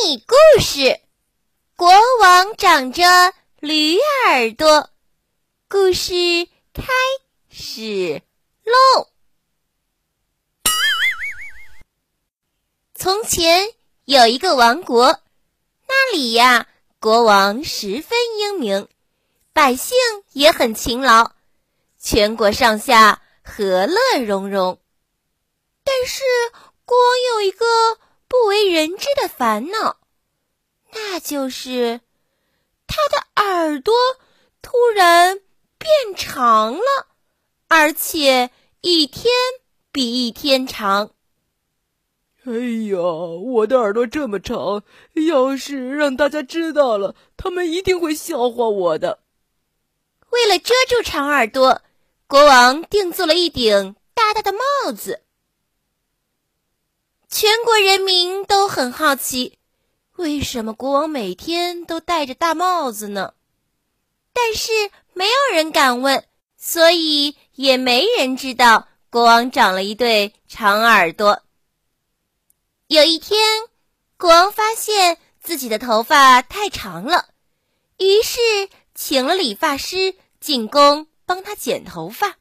米故事：国王长着驴耳朵。故事开始喽！从前有一个王国，那里呀，国王十分英明，百姓也很勤劳，全国上下和乐融融。但是国王有一个不为人知的烦恼，那就是他的耳朵突然变长了，而且一天比一天长。 哎呀，我的耳朵这么长，要是让大家知道了，他们一定会笑话我的。 为了遮住长耳朵，国王定做了一顶大大的帽子。全国人民都很好奇，为什么国王每天都戴着大帽子呢？但是没有人敢问，所以也没人知道国王长了一对长耳朵。有一天，国王发现自己的头发太长了，于是请了理发师进宫帮他剪头发。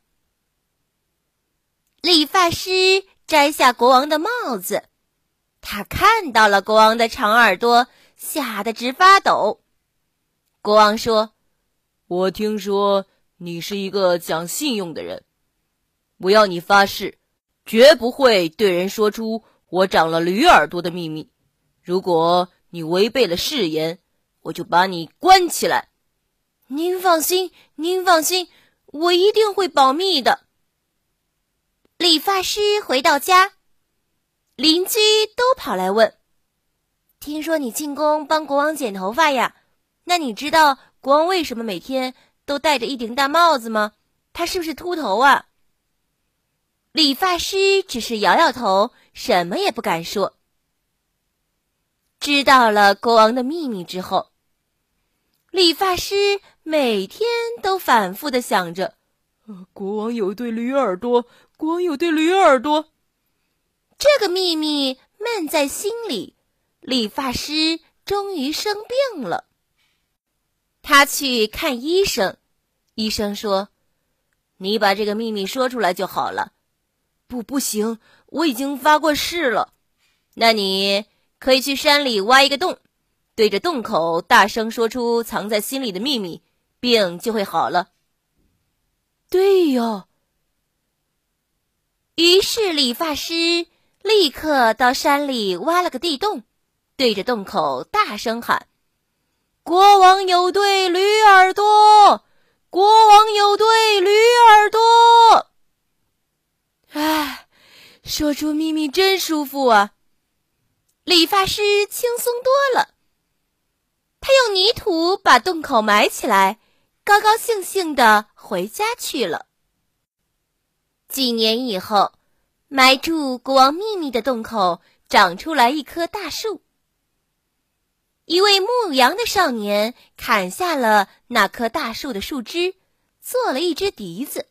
理发师摘下国王的帽子，他看到了国王的长耳朵，吓得直发抖。国王说： 我听说你是一个讲信用的人，我要你发誓，绝不会对人说出我长了驴耳朵的秘密。如果你违背了誓言，我就把你关起来。 您放心，我一定会保密的。理发师回到家，邻居都跑来问：听说你进宫帮国王剪头发呀？那你知道国王为什么每天都戴着一顶大帽子吗？他是不是秃头啊？理发师只是摇摇头，什么也不敢说。知道了国王的秘密之后，理发师每天都反复地想着， 国王有对驴耳朵，国王有对驴耳朵。 这个秘密闷在心里，理发师终于生病了。他去看医生，医生说：你把这个秘密说出来就好了。不行，我已经发过誓了。那你可以去山里挖一个洞，对着洞口大声说出藏在心里的秘密，病就会好了。 对哟。 于是理发师立刻到山里挖了个地洞，对着洞口大声喊：国王有对驴耳朵，国王有对驴耳朵。唉，说出秘密真舒服啊！理发师轻松多了。他用泥土把洞口埋起来，高高兴兴地回家去了。几年以后，埋住国王秘密的洞口长出来一棵大树。一位牧羊的少年砍下了那棵大树的树枝，做了一只笛子。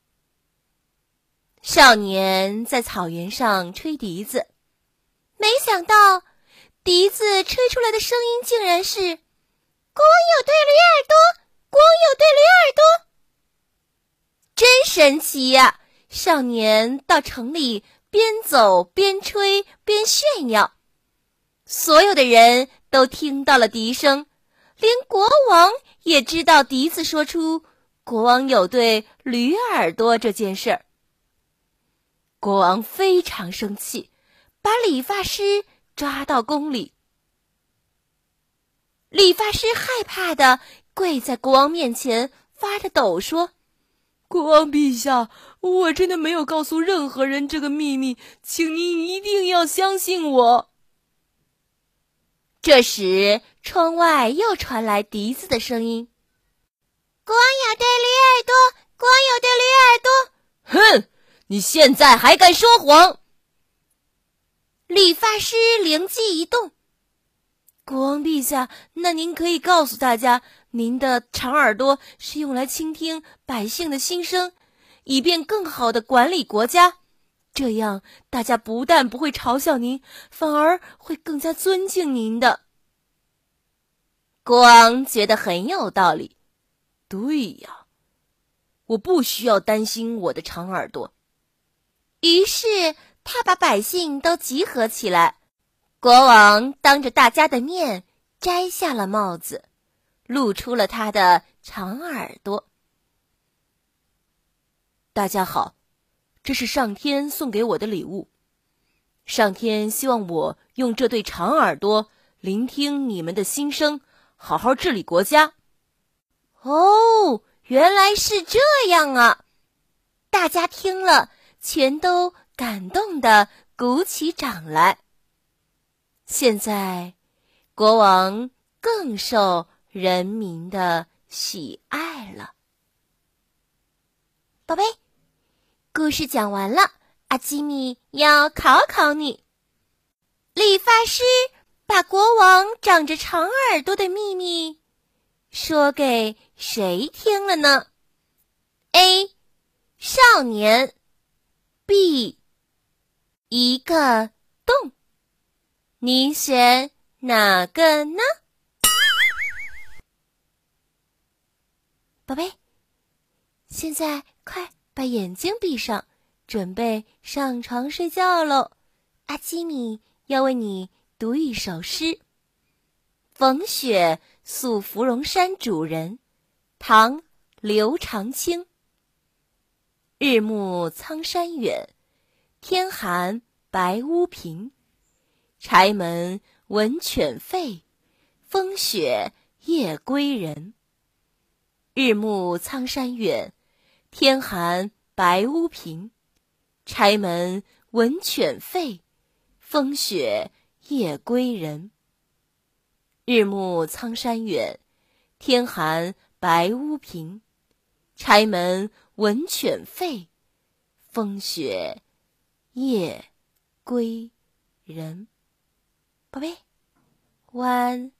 少年在草原上吹笛子，没想到笛子吹出来的声音竟然是：国王有对驴耳朵，国王有对驴耳朵。真神奇呀！少年到城里边走边吹边炫耀，所有的人都听到了笛声，连国王也知道笛子说出国王有对驴耳朵这件事儿。国王非常生气，把理发师抓到宫里。理发师害怕地跪在国王面前，发着抖说： 国王陛下，我真的没有告诉任何人这个秘密，请您一定要相信我。 这时窗外又传来笛子的声音：国王有对驴耳朵，国王有对驴耳朵。 哼，你现在还敢说谎！ 理发师灵机一动：国王陛下，那您可以告诉大家，您的长耳朵是用来倾听百姓的心声，以便更好地管理国家， 这样大家不但不会嘲笑您，反而会更加尊敬您的。 国王觉得很有道理。对呀，我不需要担心我的长耳朵。 于是他把百姓都集合起来，国王当着大家的面摘下了帽子，露出了他的长耳朵。 大家好，这是上天送给我的礼物。上天希望我用这对长耳朵聆听你们的心声，好好治理国家。 哦，原来是这样啊！大家听了，全都感动地鼓起掌来。现在，国王更受人民的喜爱了。宝贝，故事讲完了，阿基米要考考你。理发师把国王长着长耳朵的秘密说给谁听了呢？ A. 少年 B. 一个洞，你选哪个呢？宝贝，现在快把眼睛闭上，准备上床睡觉喽。阿基米要为你读一首诗。逢雪宿芙蓉山主人，唐·刘长卿。日暮苍山远，天寒白屋贫。柴门闻犬吠，风雪夜归人。日暮苍山远，天寒白屋贫。柴门闻犬吠，风雪夜归人。日暮苍山远，天寒白屋贫。柴门闻犬吠，风雪夜归人。宝贝，晚